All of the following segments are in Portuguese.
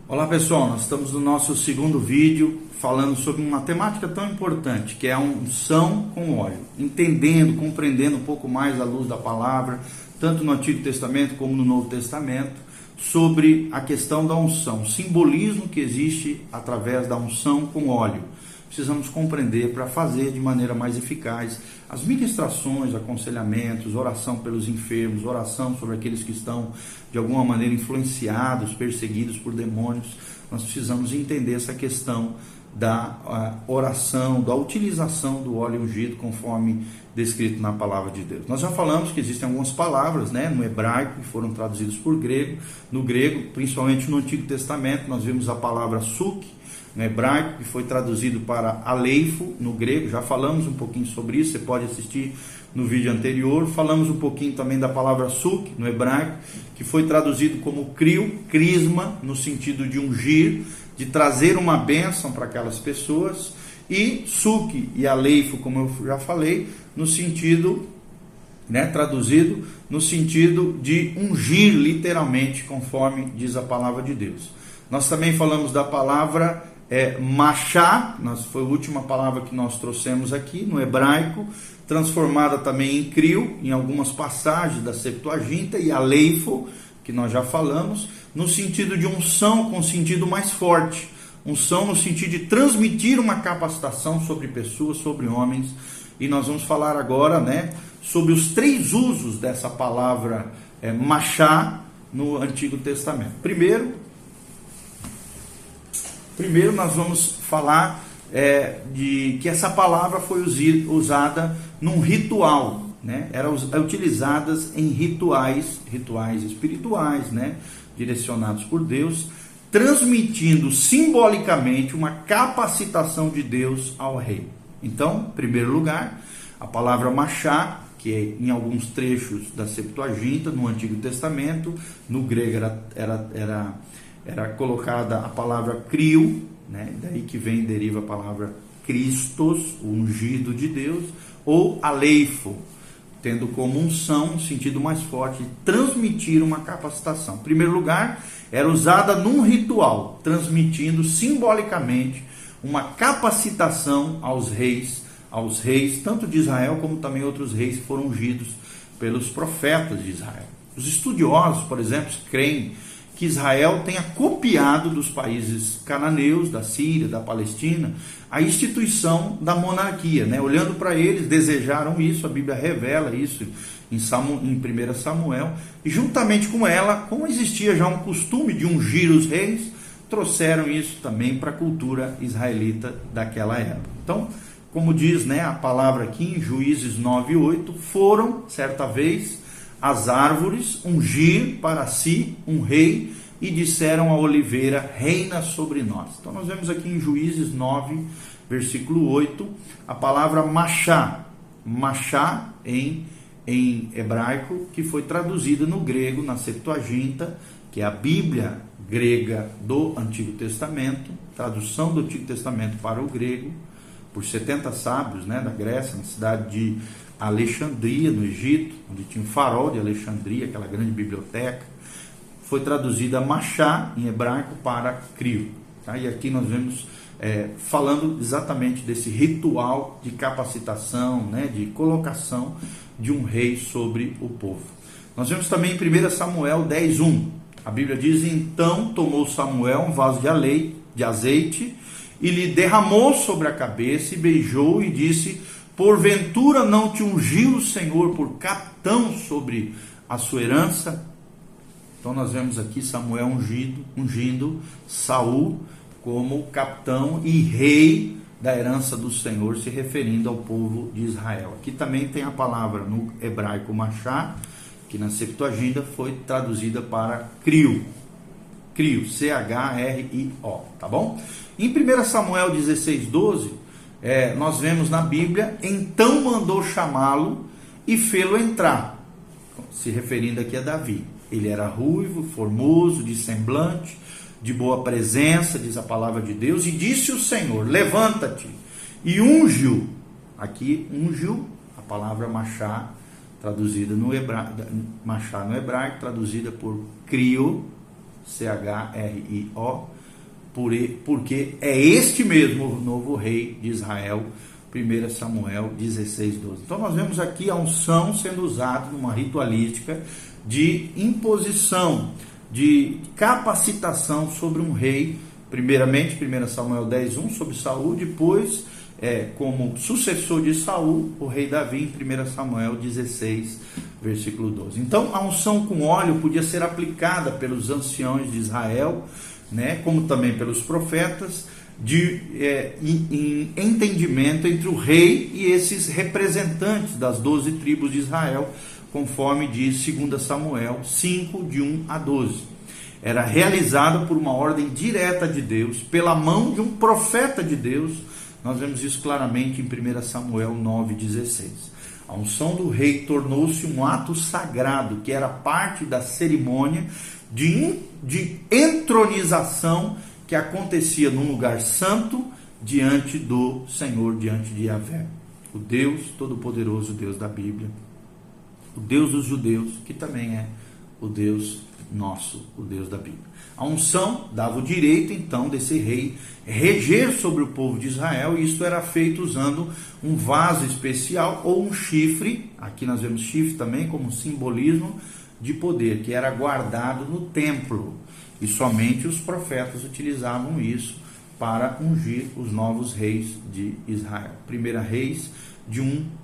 Olá pessoal, nós estamos no nosso segundo vídeo falando sobre uma temática tão importante que é a unção com óleo, entendendo, compreendendo um pouco mais à luz da palavra, tanto no Antigo Testamento como no Novo Testamento, sobre a questão da unção, o simbolismo que existe através da unção com óleo. Precisamos compreender para fazer de maneira mais eficaz as ministrações, aconselhamentos, oração pelos enfermos, oração sobre aqueles que estão de alguma maneira influenciados, perseguidos por demônios. Nós precisamos entender essa questão da oração, da utilização do óleo ungido conforme descrito na palavra de Deus. Nós já falamos que existem algumas palavras, no hebraico que foram traduzidas por grego, no grego, principalmente no Antigo Testamento, nós vimos a palavra suk, no hebraico, que foi traduzido para aleifo no grego. Já falamos um pouquinho sobre isso, você pode assistir no vídeo anterior. Falamos um pouquinho também da palavra suk no hebraico, que foi traduzido como crio, crisma, no sentido de ungir, de trazer uma bênção para aquelas pessoas, e suk e aleifo, como eu já falei, no sentido, traduzido no sentido de ungir literalmente, conforme diz a palavra de Deus. Nós também falamos da palavra machá, foi a última palavra que nós trouxemos aqui no hebraico, transformada também em crio, em algumas passagens da Septuaginta, e aleifo, que nós já falamos, no sentido de unção, com sentido mais forte, unção no sentido de transmitir uma capacitação sobre pessoas, sobre homens. E nós vamos falar agora, sobre os três usos dessa palavra machá no Antigo Testamento. Primeiro nós vamos falar de que essa palavra foi usada num ritual, eram utilizadas em rituais espirituais, direcionados por Deus, transmitindo simbolicamente uma capacitação de Deus ao rei. Então, em primeiro lugar, a palavra machá, que é em alguns trechos da Septuaginta, no Antigo Testamento, no grego era colocada a palavra crio, daí que deriva a palavra Christos, o ungido de Deus, ou aleifo, tendo como unção um sentido mais forte de transmitir uma capacitação. Em primeiro lugar, era usada num ritual, transmitindo simbolicamente uma capacitação aos reis, tanto de Israel como também outros reis que foram ungidos pelos profetas de Israel. Os estudiosos, por exemplo, creem que Israel tenha copiado dos países cananeus, da Síria, da Palestina, a instituição da monarquia. Olhando para eles, desejaram isso, a Bíblia revela isso em 1 Samuel, e juntamente com ela, como existia já um costume de ungir os reis, trouxeram isso também para a cultura israelita daquela época. Então, como diz a palavra aqui em Juízes 9:8, foram, certa vez, as árvores ungir para si um rei e disseram à oliveira, reina sobre nós. Então nós vemos aqui em Juízes 9, versículo 8, a palavra machá, em hebraico, que foi traduzida no grego, na Septuaginta, que é a Bíblia grega do Antigo Testamento, tradução do Antigo Testamento para o grego, por 70 sábios da Grécia, na cidade de Alexandria, no Egito, onde tinha o farol de Alexandria, aquela grande biblioteca. Foi traduzida machá em hebraico para crio. E aqui nós vemos falando exatamente desse ritual de capacitação, de colocação de um rei sobre o povo. Nós vemos também em 1 Samuel 10:1. A Bíblia diz: então tomou Samuel um vaso de azeite e lhe derramou sobre a cabeça e beijou e disse: porventura não te ungiu o Senhor por capitão sobre a sua herança? Então nós vemos aqui Samuel ungindo Saul como capitão e rei da herança do Senhor, se referindo ao povo de Israel. Aqui também tem a palavra no hebraico machá, que na Septuaginta foi traduzida para crio, C-H-R-I-O, tá bom? Em 1 Samuel 16:12, nós vemos na Bíblia, então mandou chamá-lo e fê-lo entrar, se referindo aqui a Davi. Ele era ruivo, formoso, de semblante, de boa presença, diz a palavra de Deus, e disse o Senhor, levanta-te, e ungiu, aqui ungiu, a palavra machá, traduzida no hebraico, traduzida por crio, C-H-R-I-O, porque é este mesmo novo rei de Israel. 1 Samuel 16, 12. Então nós vemos aqui a unção sendo usada numa ritualística de imposição, de capacitação sobre um rei. Primeiramente, 1 Samuel 10, 1, sobre Saul. Depois, como sucessor de Saul, o rei Davi, em 1 Samuel 16, versículo 12. Então a unção com óleo podia ser aplicada pelos anciãos de Israel, né, como também pelos profetas, em entendimento entre o rei e esses representantes das 12 tribos de Israel, conforme diz 2 Samuel 5, de 1 a 12. Era realizada por uma ordem direta de Deus, pela mão de um profeta de Deus. Nós vemos isso claramente em 1 Samuel 9, 16. A unção do rei tornou-se um ato sagrado, que era parte da cerimônia de entronização que acontecia num lugar santo diante do Senhor, diante de Yahvé, o Deus Todo-Poderoso, Deus da Bíblia, o Deus dos judeus, que também é o Deus nosso, o Deus da Bíblia. A unção dava o direito, então, desse rei reger sobre o povo de Israel, e isto era feito usando um vaso especial ou um chifre. Aqui nós vemos chifre também como simbolismo de poder, que era guardado no templo. E somente os profetas utilizavam isso para ungir os novos reis de Israel. 1 Reis de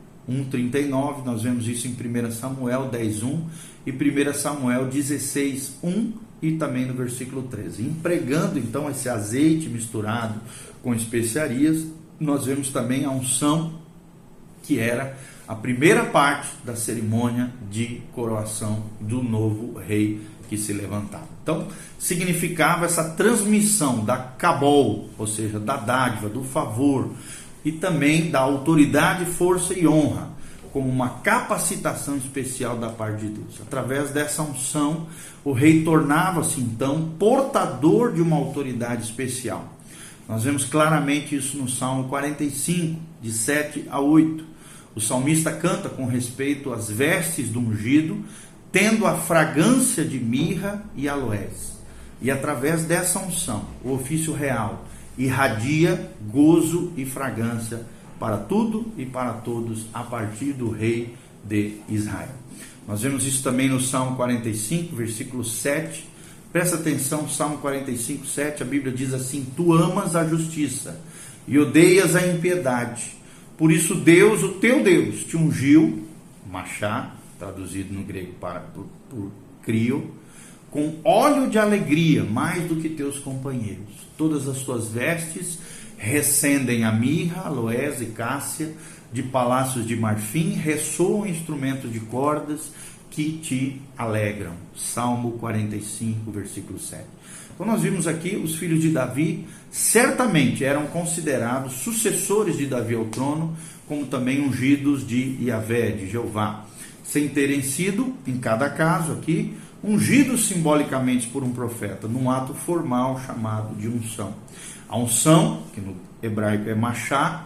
1:39, nós vemos isso em 1 Samuel 10:1 e 1 Samuel 16:1 e também no versículo 13. Empregando então esse azeite misturado com especiarias, nós vemos também a unção, que era a primeira parte da cerimônia de coroação do novo rei que se levantava. Então, significava essa transmissão da cabol, ou seja, da dádiva, do favor, e também da autoridade, força e honra, como uma capacitação especial da parte de Deus. Através dessa unção, o rei tornava-se, então, portador de uma autoridade especial. Nós vemos claramente isso no Salmo 45, de 7 a 8. O salmista canta com respeito às vestes do ungido, tendo a fragrância de mirra e aloés. E através dessa unção, o ofício real irradia gozo e fragrância para tudo e para todos a partir do rei de Israel. Nós vemos isso também no Salmo 45, versículo 7. Presta atenção, Salmo 45, 7, a Bíblia diz assim: Tu amas a justiça e odeias a impiedade. Por isso Deus, o teu Deus, te ungiu, machá, traduzido no grego por crio, com óleo de alegria, mais do que teus companheiros. Todas as tuas vestes recendem a mirra, aloés e cássia, de palácios de marfim, ressoam instrumentos de cordas que te alegram. Salmo 45, versículo 7. Então nós vimos aqui os filhos de Davi, certamente eram considerados sucessores de Davi ao trono, como também ungidos de Yahvé, de Jeová, sem terem sido, em cada caso aqui, ungidos simbolicamente por um profeta, num ato formal chamado de unção. A unção, que no hebraico é machá,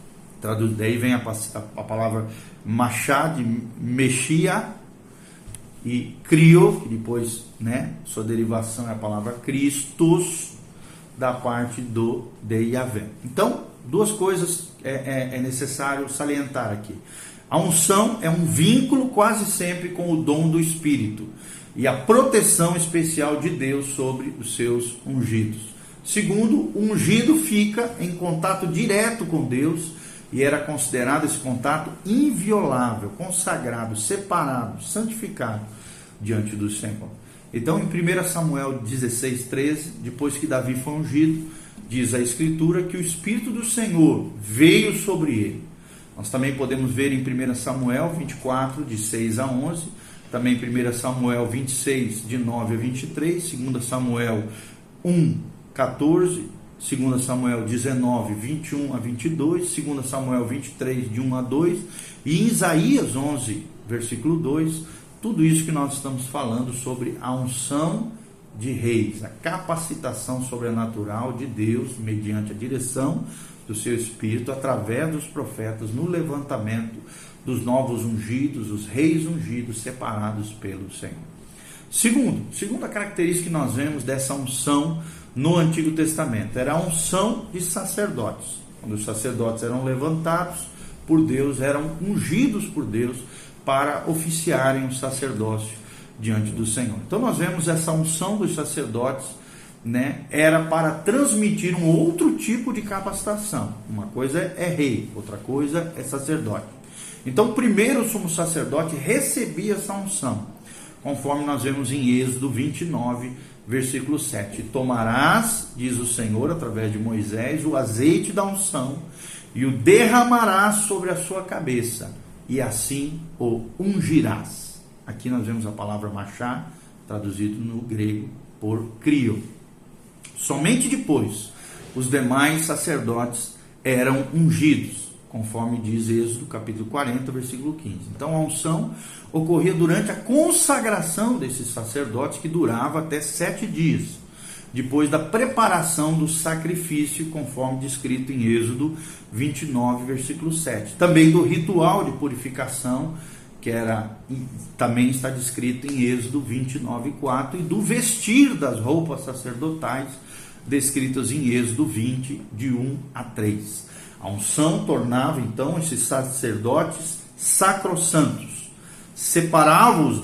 daí vem a palavra machá, de mexia, e crio, que depois, sua derivação é a palavra Christos, da parte de Yahvé. Então, duas coisas é necessário salientar aqui. A unção é um vínculo quase sempre com o dom do Espírito e a proteção especial de Deus sobre os seus ungidos. Segundo, o ungido fica em contato direto com Deus e era considerado esse contato inviolável, consagrado, separado, santificado diante do Senhor. Então, em 1 Samuel 16, 13, depois que Davi foi ungido, diz a Escritura que o Espírito do Senhor veio sobre ele. Nós também podemos ver em 1 Samuel 24, de 6 a 11, também 1 Samuel 26, de 9 a 23, 2 Samuel 1, 14, 2 Samuel 19, 21 a 22, 2 Samuel 23, de 1 a 2, e em Isaías 11, versículo 2, tudo isso que nós estamos falando sobre a unção de reis, a capacitação sobrenatural de Deus, mediante a direção do seu Espírito, através dos profetas, no levantamento dos novos ungidos, os reis ungidos, separados pelo Senhor. Segunda característica que nós vemos dessa unção no Antigo Testamento era a unção de sacerdotes. Quando os sacerdotes eram levantados por Deus, eram ungidos por Deus para oficiarem o sacerdócio diante do Senhor. Então nós vemos essa unção dos sacerdotes, né, era para transmitir um outro tipo de capacitação. Uma coisa é rei, outra coisa é sacerdote. Então primeiro o sumo sacerdote recebia essa unção, conforme nós vemos em Êxodo 29, versículo 7. Tomarás, diz o Senhor, através de Moisés, o azeite da unção e o derramarás sobre a sua cabeça, e assim o ungirás. Aqui nós vemos a palavra machá, traduzido no grego por crio. Somente depois os demais sacerdotes eram ungidos, conforme diz Êxodo capítulo 40, versículo 15. Então a unção ocorria durante a consagração desses sacerdotes, que durava até 7 dias, depois da preparação do sacrifício, conforme descrito em Êxodo 29, versículo 7. Também do ritual de purificação, que também está descrito em Êxodo 29, 4, e do vestir das roupas sacerdotais, descritas em Êxodo 20, de 1 a 3. A unção tornava então esses sacerdotes sacrossantos, separava-os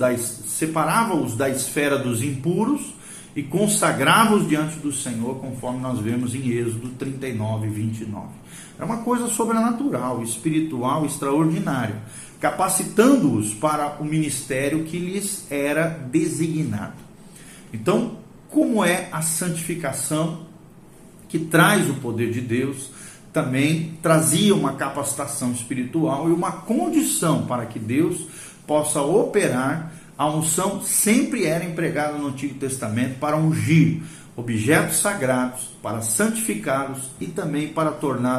da esfera dos impuros e consagrava-os diante do Senhor, conforme nós vemos em Êxodo 39, 29. É uma coisa sobrenatural, espiritual, extraordinária, capacitando-os para o ministério que lhes era designado. Então, como é a santificação que traz o poder de Deus, também trazia uma capacitação espiritual e uma condição para que Deus possa operar. A unção sempre era empregada no Antigo Testamento para ungir objetos sagrados, para santificá-los e também para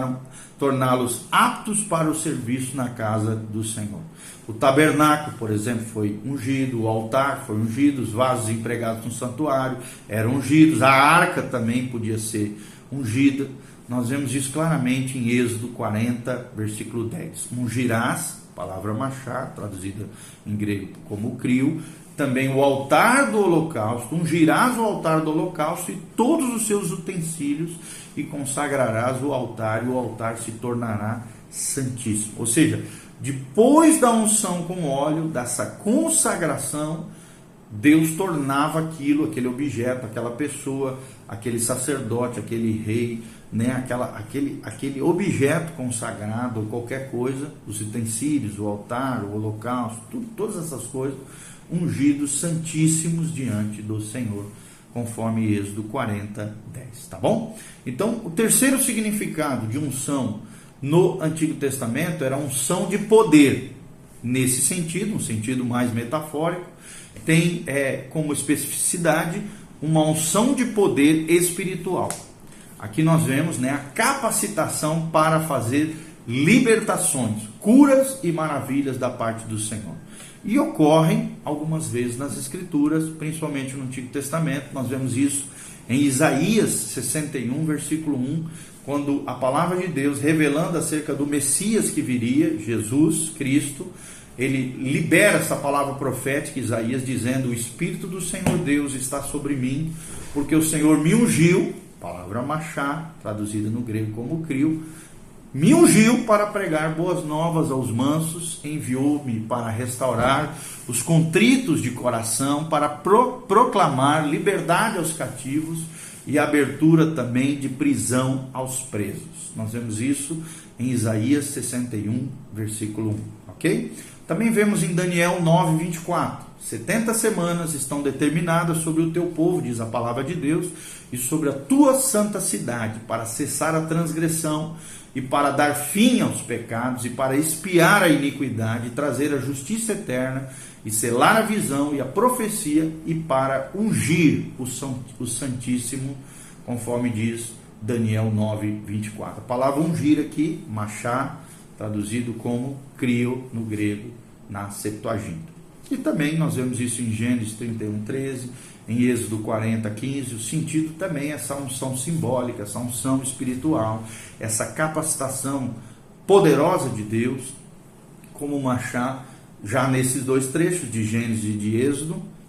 torná-los aptos para o serviço na casa do Senhor. O tabernáculo, por exemplo, foi ungido, o altar foi ungido, os vasos empregados no santuário eram ungidos, a arca também podia ser ungida. Nós vemos isso claramente em Êxodo 40, versículo 10. Ungirás, palavra machá, traduzida em grego como crio, também o altar do holocausto, ungirás o altar do holocausto e todos os seus utensílios, e consagrarás o altar, e o altar se tornará santíssimo. Ou seja, depois da unção com óleo, dessa consagração, Deus tornava aquele objeto, aquela pessoa, aquele sacerdote, aquele rei, né, aquele objeto consagrado, ou qualquer coisa, os utensílios, o altar, o holocausto, todas essas coisas, ungidos santíssimos diante do Senhor, conforme Êxodo 40, 10, tá bom? Então, o terceiro significado de unção no Antigo Testamento era unção de poder. Nesse sentido, um sentido mais metafórico, tem como especificidade uma unção de poder espiritual. Aqui nós vemos, né, a capacitação para fazer libertações, curas e maravilhas da parte do Senhor. E ocorrem algumas vezes nas Escrituras, principalmente no Antigo Testamento. Nós vemos isso em Isaías 61, versículo 1, quando a palavra de Deus, revelando acerca do Messias que viria, Jesus Cristo, ele libera essa palavra profética, Isaías, dizendo: o Espírito do Senhor Deus está sobre mim, porque o Senhor me ungiu, palavra machá, traduzida no grego como crio, me ungiu para pregar boas novas aos mansos, enviou-me para restaurar os contritos de coração, para proclamar liberdade aos cativos e abertura também de prisão aos presos. Nós vemos isso em Isaías 61, versículo 1, ok? Também vemos em Daniel 9, 24. 70 semanas estão determinadas sobre o teu povo, diz a palavra de Deus, e sobre a tua santa cidade, para cessar a transgressão e para dar fim aos pecados e para expiar a iniquidade, trazer a justiça eterna e selar a visão e a profecia, e para ungir o Santíssimo, conforme diz Daniel 9, 24. A palavra ungir aqui, machá, traduzido como crio no grego, na Septuaginta. E também nós vemos isso em Gênesis 31, 13, em Êxodo 40, 15, o sentido também é essa unção simbólica, essa unção espiritual, essa capacitação poderosa de Deus, como machá, já nesses dois trechos de Gênesis e de Êxodo,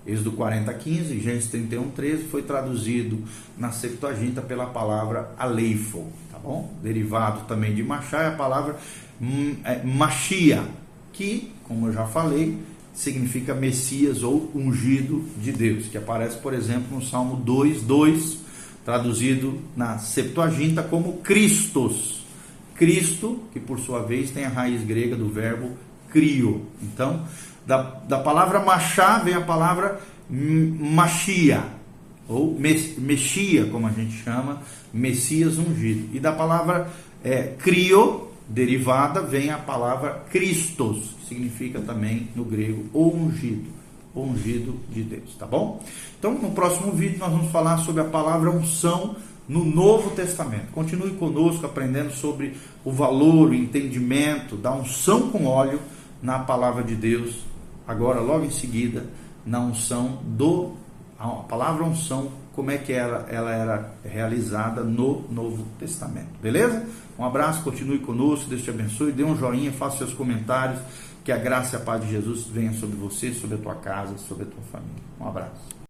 Êxodo 40:15, Gênesis 31:13 foi traduzido na Septuaginta pela palavra aleifo, tá bom? Derivado também de Machá é a palavra Machia, que, como eu já falei, significa Messias ou ungido de Deus, que aparece, por exemplo, no Salmo 2:2, traduzido na Septuaginta como Christos. Cristo, que por sua vez tem a raiz grega do verbo crio. Então, da palavra Machá vem a palavra Machia, ou Mexia, como a gente chama, Messias ungido. E da palavra crio, derivada, vem a palavra Christos, que significa também no grego o ungido de Deus, tá bom? Então, no próximo vídeo nós vamos falar sobre a palavra unção no Novo Testamento. Continue conosco aprendendo sobre o valor, o entendimento da unção com óleo na palavra de Deus. Agora, logo em seguida, na unção a palavra unção, como é que ela era realizada no Novo Testamento. Beleza? Um abraço, continue conosco, Deus te abençoe, dê um joinha, faça seus comentários, que a graça e a paz de Jesus venha sobre você, sobre a tua casa, sobre a tua família. Um abraço.